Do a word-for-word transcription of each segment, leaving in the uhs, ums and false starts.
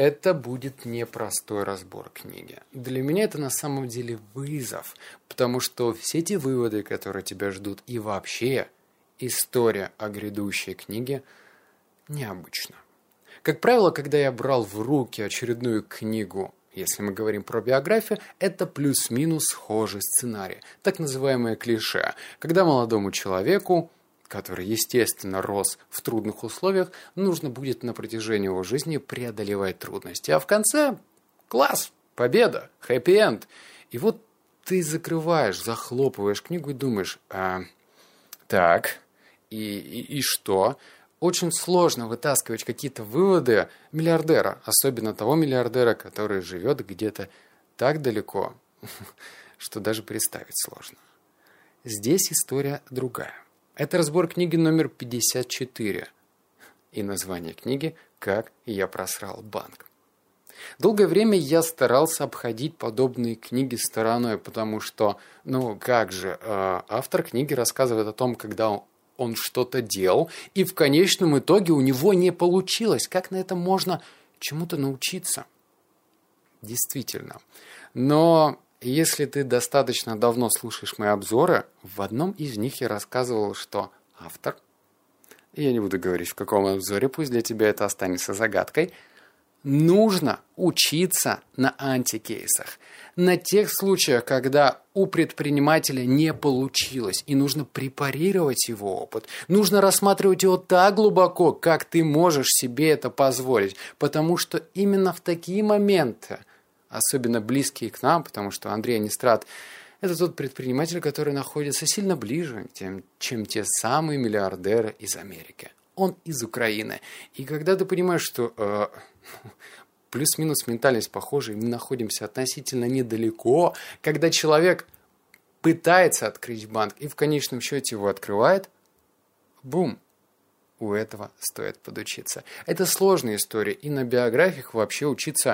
это будет непростой разбор книги. Для меня это на самом деле вызов, потому что все те выводы, которые тебя ждут, и вообще история о грядущей книге необычна. Как правило, когда я брал в руки очередную книгу, если мы говорим про биографию, это плюс-минус схожий сценарий, так называемое клише, когда молодому человеку, который, естественно, рос в трудных условиях, нужно будет на протяжении его жизни преодолевать трудности. А в конце – класс, победа, хэппи-энд. И вот ты закрываешь, захлопываешь книгу и думаешь, а, так, и, и, и что? Очень сложно вытаскивать какие-то выводы миллиардера, особенно того миллиардера, который живет где-то так далеко, что даже представить сложно. Здесь история другая. Это разбор книги номер пятьдесят четыре. И название книги «Как я просрал банк». Долгое время я старался обходить подобные книги стороной, потому что, ну как же, э, автор книги рассказывает о том, когда он, он что-то делал, и в конечном итоге у него не получилось. Как на это можно чему-то научиться? Действительно. Но если ты достаточно давно слушаешь мои обзоры, в одном из них я рассказывал, что автор, я не буду говорить в каком обзоре, пусть для тебя это останется загадкой, нужно учиться на антикейсах, на тех случаях, когда у предпринимателя не получилось, и нужно препарировать его опыт. Нужно рассматривать его так глубоко, как ты можешь себе это позволить, потому что именно в такие моменты, особенно близкие к нам, потому что Андрей Анистрат – это тот предприниматель, который находится сильно ближе, тем, чем те самые миллиардеры из Америки. Он из Украины. И когда ты понимаешь, что э, плюс-минус ментальность похожа, и мы находимся относительно недалеко, когда человек пытается открыть банк и в конечном счете его открывает, бум! У этого стоит подучиться. Это сложная история, и на биографиях вообще учиться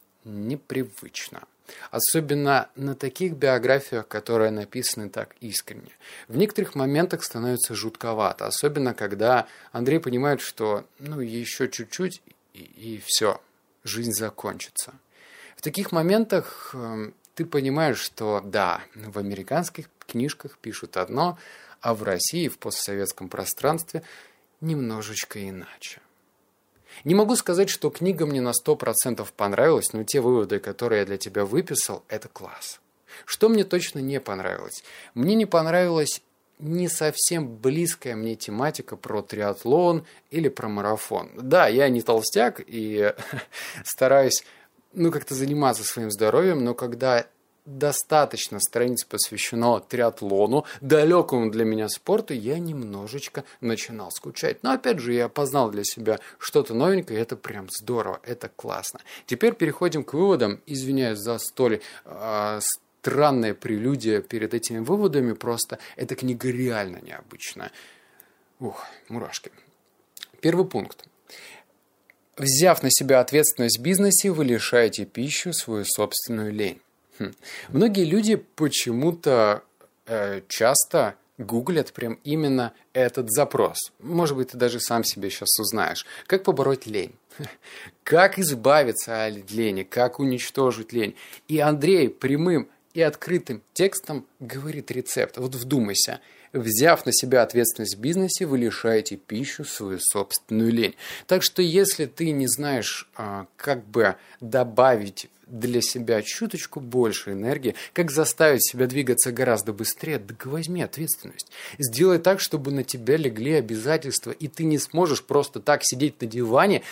непривычно. Особенно на таких биографиях, которые написаны так искренне. В некоторых моментах становится жутковато. Особенно, когда Андрей понимает, что ну еще чуть-чуть и, и все, жизнь закончится. В таких моментах э, ты понимаешь, что да, в американских книжках пишут одно, а в России, в постсоветском пространстве немножечко иначе. Не могу сказать, что книга мне на сто процентов понравилась, но те выводы, которые я для тебя выписал, это класс. Что мне точно не понравилось? Мне не понравилась не совсем близкая мне тематика про триатлон или про марафон. Да, я не толстяк и стараюсь ну, как-то заниматься своим здоровьем, но когда достаточно страниц посвящено триатлону, далекому для меня спорту, я немножечко начинал скучать. Но опять же, я познал для себя что-то новенькое, и это прям здорово, это классно. Теперь переходим к выводам. Извиняюсь за столь э, странная прелюдия перед этими выводами, просто эта книга реально необычная. Ух, мурашки. Первый пункт. Взяв на себя ответственность в бизнесе, вы лишаете пищу свою собственную лень. Многие люди почему-то э, часто гуглят прям именно этот запрос. Может быть, ты даже сам себе сейчас узнаешь. Как побороть лень? Как избавиться от лени? Как уничтожить лень? И Андрей прямым и открытым текстом говорит рецепт. Вот вдумайся. Взяв на себя ответственность в бизнесе, вы лишаете пищу свою собственную лень. Так что если ты не знаешь, как бы добавить для себя чуточку больше энергии, как заставить себя двигаться гораздо быстрее, так возьми ответственность. Сделай так, чтобы на тебя легли обязательства, и ты не сможешь просто так сидеть на диване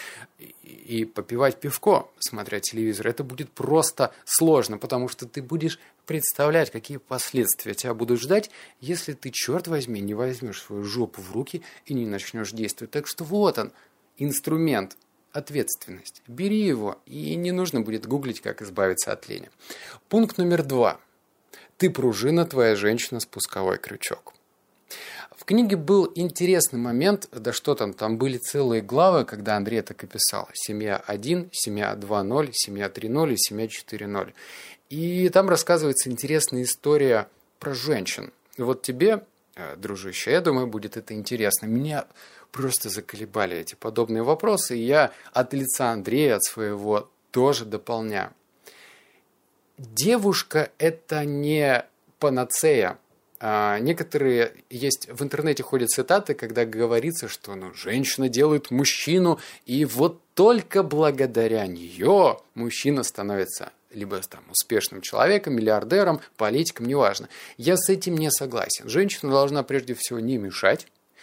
и попивать пивко, смотря телевизор. Это будет просто сложно, потому что ты будешь представлять, какие последствия тебя будут ждать, если ты, черт возьми, не возьмешь свою жопу в руки и не начнешь действовать. Так что вот он, инструмент. Ответственность. Бери его, и не нужно будет гуглить, как избавиться от лени. Пункт номер два. Ты пружина, твоя женщина спусковой крючок. В книге был интересный момент, да что там, там были целые главы, когда Андрей так и писал. Семья один, семья два ноль, семья три ноль и семья четыре ноль. И там рассказывается интересная история про женщин. И вот тебе, дружище, я думаю, будет это интересно. Меня просто заколебали эти подобные вопросы, и я от лица Андрея, от своего, тоже дополняю. Девушка – это не панацея. А некоторые есть в интернете ходят цитаты, когда говорится, что ну, женщина делает мужчину, и вот только благодаря нее мужчина становится либо там, успешным человеком, миллиардером, политиком, неважно. Я с этим не согласен. Женщина должна прежде всего не мешать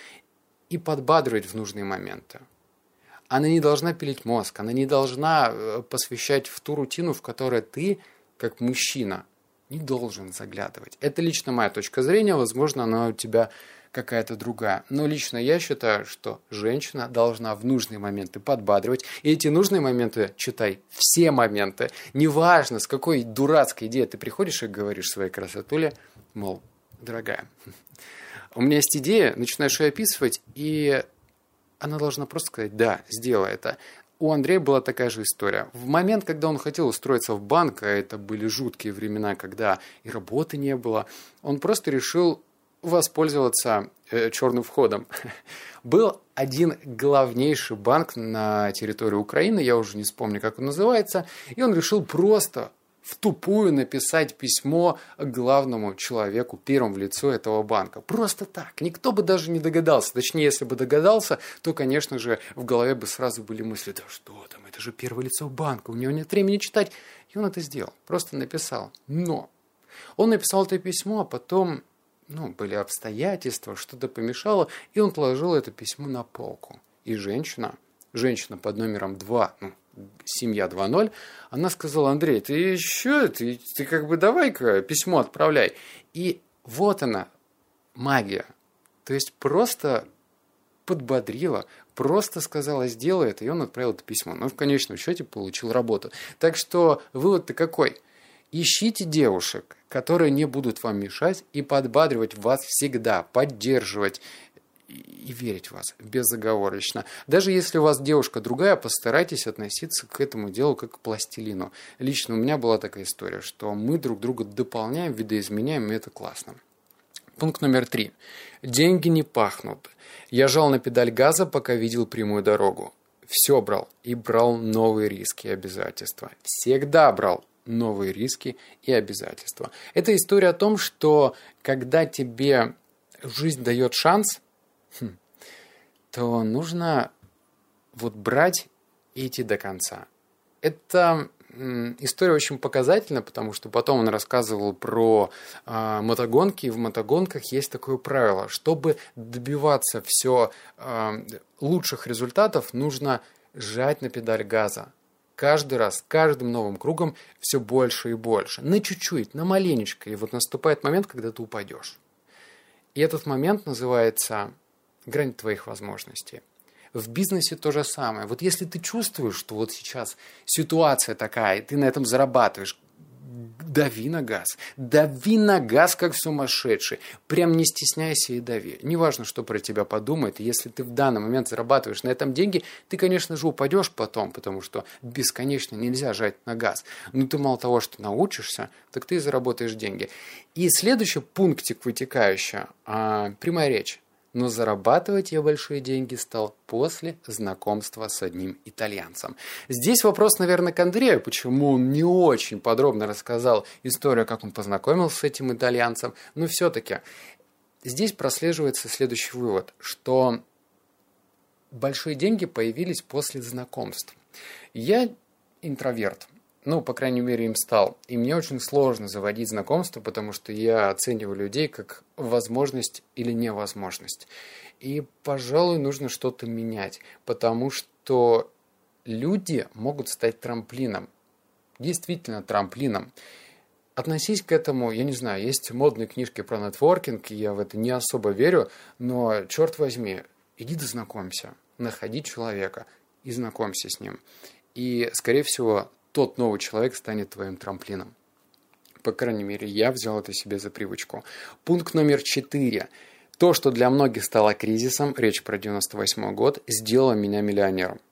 и подбадривать в нужные моменты. Она не должна пилить мозг, она не должна посвящать в ту рутину, в которой ты, как мужчина, не должен заглядывать. Это лично моя точка зрения, возможно, она у тебя какая-то другая. Но лично я считаю, что женщина должна в нужные моменты подбадривать. И эти нужные моменты, читай, все моменты. Неважно, с какой дурацкой идеей ты приходишь и говоришь своей красотуле, мол, дорогая, у меня есть идея, начинаешь ее описывать, и она должна просто сказать, да, сделай это. У Андрея была такая же история. В момент, когда он хотел устроиться в банк, а это были жуткие времена, когда и работы не было, он просто решил воспользоваться э, черным входом. Был один главнейший банк на территории Украины, я уже не вспомню, как он называется, и он решил просто в тупую написать письмо главному человеку, первому в лицо этого банка. Просто так. Никто бы даже не догадался. Точнее, если бы догадался, то, конечно же, в голове бы сразу были мысли, да что там, это же первое лицо банка, у него нет времени читать. И он это сделал. Просто написал. Но он написал это письмо, а потом ну, были обстоятельства, что-то помешало, и он положил это письмо на полку. И женщина, женщина под номером два, ну, семья два ноль, она сказала, Андрей, ты еще, ты, ты как бы давай-ка письмо отправляй. И вот она, магия. То есть просто подбодрила, просто сказала, сделай это, и он отправил это письмо. Но в конечном счете получил работу. Так что вывод-то какой? Ищите девушек, которые не будут вам мешать и подбадривать вас всегда, поддерживать и верить в вас безоговорочно. Даже если у вас девушка другая, постарайтесь относиться к этому делу как к пластилину. Лично у меня была такая история, что мы друг друга дополняем, видоизменяем, и это классно. Пункт номер три. Деньги не пахнут. Я жал на педаль газа, пока видел прямую дорогу. Все брал. И брал новые риски и обязательства. Всегда брал новые риски и обязательства. Это история о том, что когда тебе жизнь дает шанс, то нужно вот брать и идти до конца. Это история очень показательна, потому что потом он рассказывал про э, мотогонки, и в мотогонках есть такое правило. Чтобы добиваться все э, лучших результатов, нужно жать на педаль газа. Каждый раз, каждым новым кругом все больше и больше. На чуть-чуть, на маленечко. И вот наступает момент, когда ты упадешь. И этот момент называется грань твоих возможностей. В бизнесе то же самое. Вот если ты чувствуешь, что вот сейчас ситуация такая, и ты на этом зарабатываешь, дави на газ. Дави на газ, как сумасшедший. Прям не стесняйся и дави. Неважно, что про тебя подумают. Если ты в данный момент зарабатываешь на этом деньги, ты, конечно же, упадешь потом, потому что бесконечно нельзя жать на газ. Но ты мало того, что научишься, так ты и заработаешь деньги. И следующий пунктик вытекающий, а, прямая речь. Но зарабатывать я большие деньги стал после знакомства с одним итальянцем. Здесь вопрос, наверное, к Андрею, почему он не очень подробно рассказал историю, как он познакомился с этим итальянцем. Но все-таки здесь прослеживается следующий вывод, что большие деньги появились после знакомств. Я интроверт. Ну, по крайней мере, им стал. И мне очень сложно заводить знакомства, потому что я оцениваю людей как возможность или невозможность. И, пожалуй, нужно что-то менять, потому что люди могут стать трамплином. Действительно трамплином. Относись к этому, я не знаю, есть модные книжки про нетворкинг, и я в это не особо верю, но, черт возьми, иди да знакомься, находи человека и знакомься с ним. И, скорее всего, тот новый человек станет твоим трамплином. По крайней мере, я взял это себе за привычку. Пункт номер четыре. То, что для многих стало кризисом, речь про девяносто восьмой год, сделало меня миллионером.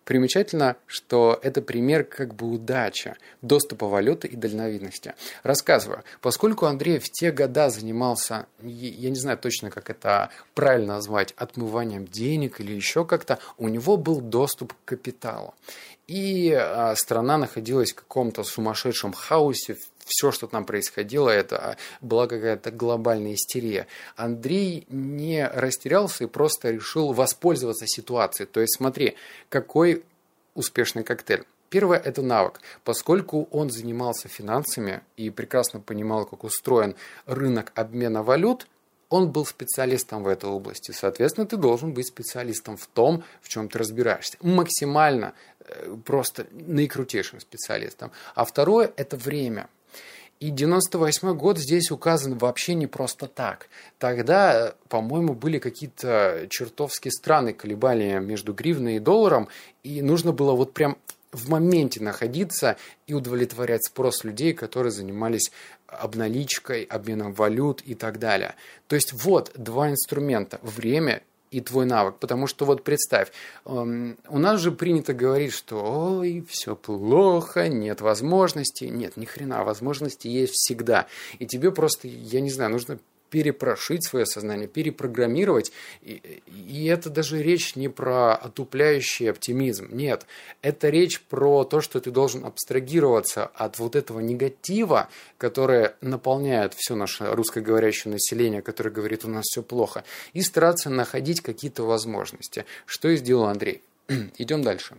Примечательно, что это пример как бы удачи, доступа валюты и дальновидности. Рассказываю, поскольку Андрей в те года занимался, я не знаю точно, как это правильно назвать, отмыванием денег или еще как-то, у него был доступ к капиталу. И а, страна находилась в каком-то сумасшедшем хаосе. Все, что там происходило, это была какая-то глобальная истерия. Андрей не растерялся и просто решил воспользоваться ситуацией. То есть смотри, какой успешный коктейль. Первое – это навык. Поскольку он занимался финансами и прекрасно понимал, как устроен рынок обмена валют, он был специалистом в этой области. Соответственно, ты должен быть специалистом в том, в чем ты разбираешься. Максимально, просто наикрутейшим специалистом. А второе – это время. И девяносто восьмой год здесь указан вообще не просто так. Тогда, по-моему, были какие-то чертовски странные колебания между гривной и долларом, и нужно было вот прям в моменте находиться и удовлетворять спрос людей, которые занимались обналичкой, обменом валют и так далее. То есть вот два инструмента – время и твой навык. Потому что вот представь, эм, у нас же принято говорить, что ой, все плохо, нет возможностей. Нет, ни хрена, возможности есть всегда. И тебе просто, я не знаю, нужно перепрошить свое сознание, перепрограммировать. И, и это даже речь не про отупляющий оптимизм. Нет, это речь про то, что ты должен абстрагироваться от вот этого негатива, которое наполняет все наше русскоговорящее население, которое говорит, у нас все плохо, и стараться находить какие-то возможности. Что и сделал Андрей. Идем дальше.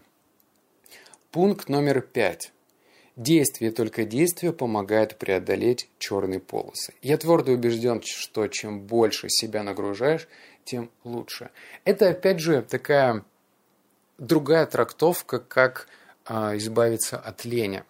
Пункт номер пять. Действие, только действие помогает преодолеть черные полосы. Я твердо убежден, что чем больше себя нагружаешь, тем лучше. Это, опять же, такая другая трактовка, как а, избавиться от лени.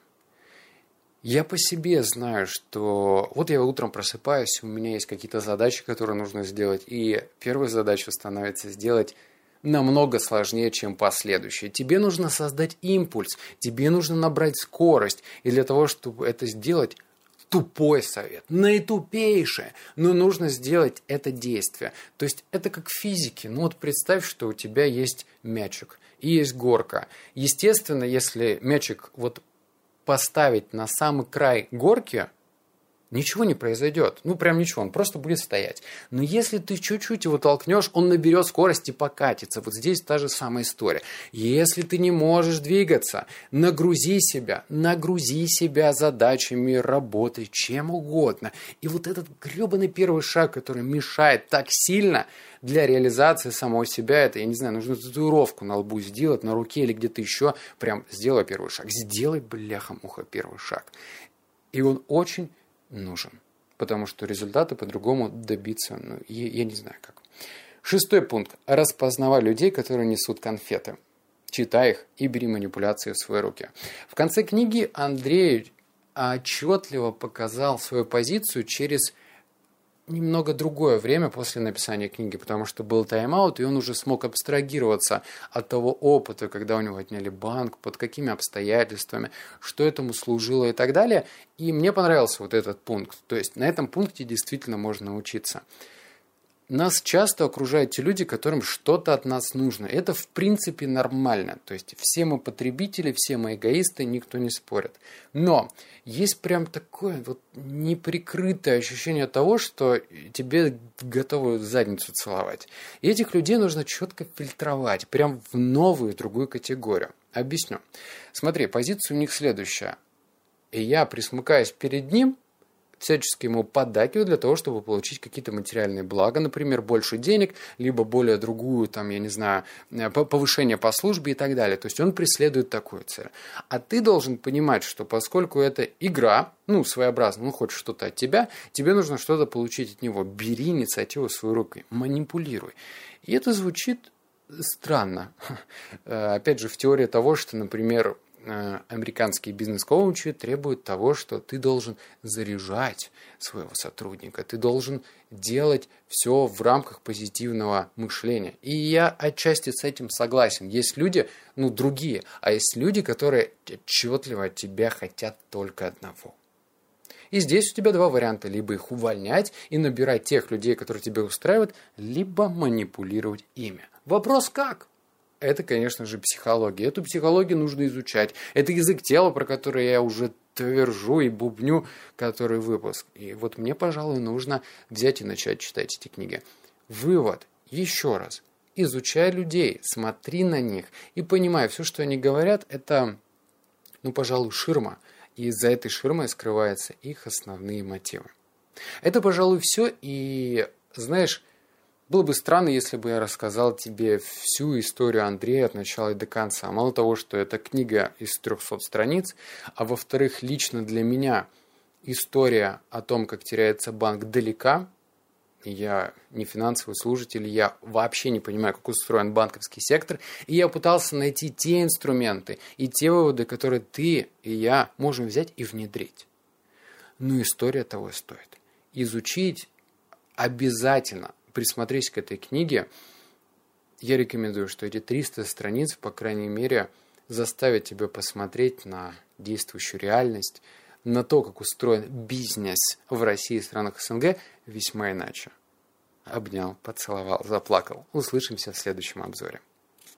Я по себе знаю, что вот я утром просыпаюсь, у меня есть какие-то задачи, которые нужно сделать, и первая задача становится сделать намного сложнее, чем последующие. Тебе нужно создать импульс, тебе нужно набрать скорость. И для того, чтобы это сделать, тупой совет, наитупейшее, но нужно сделать это действие. То есть это как в физике. Ну вот представь, что у тебя есть мячик и есть горка. Естественно, если мячик вот поставить на самый край горки, ничего не произойдет. Ну, прям ничего, он просто будет стоять. Но если ты чуть-чуть его толкнешь, он наберет скорость и покатится. Вот здесь та же самая история. Если ты не можешь двигаться, нагрузи себя, нагрузи себя задачами, работой, чем угодно. И вот этот гребаный первый шаг, который мешает так сильно для реализации самого себя, это, я не знаю, нужно татуировку на лбу сделать, на руке или где-то еще, прям сделай первый шаг. Сделай, бляха-муха, первый шаг. И он очень нужен, потому что результаты по-другому добиться, ну, я, я не знаю как. Шестой пункт. Распознавай людей, которые несут конфеты. Читай их и бери манипуляции в свои руки. В конце книги Андрей отчетливо показал свою позицию через немного другое время после написания книги, потому что был тайм-аут, и он уже смог абстрагироваться от того опыта, когда у него отняли банк, под какими обстоятельствами, что этому служило и так далее. И мне понравился вот этот пункт. То есть на этом пункте действительно можно научиться. Нас часто окружают те люди, которым что-то от нас нужно. Это в принципе нормально. То есть все мы потребители, все мы эгоисты, никто не спорит. Но есть прям такое вот неприкрытое ощущение того, что тебе готовы задницу целовать. И этих людей нужно четко фильтровать, прям в новую, другую категорию. Объясню. Смотри, позиция у них следующая. И я присмыкаюсь перед ним, всячески ему поддакивают для того, чтобы получить какие-то материальные блага, например, больше денег, либо более другую, там, я не знаю, повышение по службе и так далее. То есть он преследует такую цель. А ты должен понимать, что поскольку это игра, ну, своеобразно, он хочет что-то от тебя, тебе нужно что-то получить от него. Бери инициативу в свою руку, манипулируй. И это звучит странно. Опять же, в теории того, что, например, американские бизнес-коучи требуют того, что ты должен заряжать своего сотрудника, ты должен делать все в рамках позитивного мышления. И я отчасти с этим согласен. Есть люди, ну, другие, а есть люди, которые отчетливо от тебя хотят только одного. И здесь у тебя два варианта. Либо их увольнять и набирать тех людей, которые тебя устраивают, либо манипулировать ими. Вопрос как? это, конечно же, психология. Эту психологию нужно изучать. Это язык тела, про который я уже твержу и бубню, который выпуск. И вот мне, пожалуй, нужно взять и начать читать эти книги. Вывод. Еще раз. Изучай людей, смотри на них и понимай, все, что они говорят, это, ну, пожалуй, ширма. И за этой ширмой скрываются их основные мотивы. Это, пожалуй, все. И, знаешь, было бы странно, если бы я рассказал тебе всю историю Андрея от начала и до конца. Мало того, что это книга из трехсот страниц, а во-вторых, лично для меня история о том, как теряется банк, далека. Я не финансовый служитель, я вообще не понимаю, как устроен банковский сектор. И я пытался найти те инструменты и те выводы, которые ты и я можем взять и внедрить. Но история того стоит. Изучить обязательно. Присмотрись к этой книге. Я рекомендую, что эти триста страниц, по крайней мере, заставят тебя посмотреть на действующую реальность, на то, как устроен бизнес в России и странах СНГ, весьма иначе. Обнял, поцеловал, заплакал. Услышимся в следующем обзоре.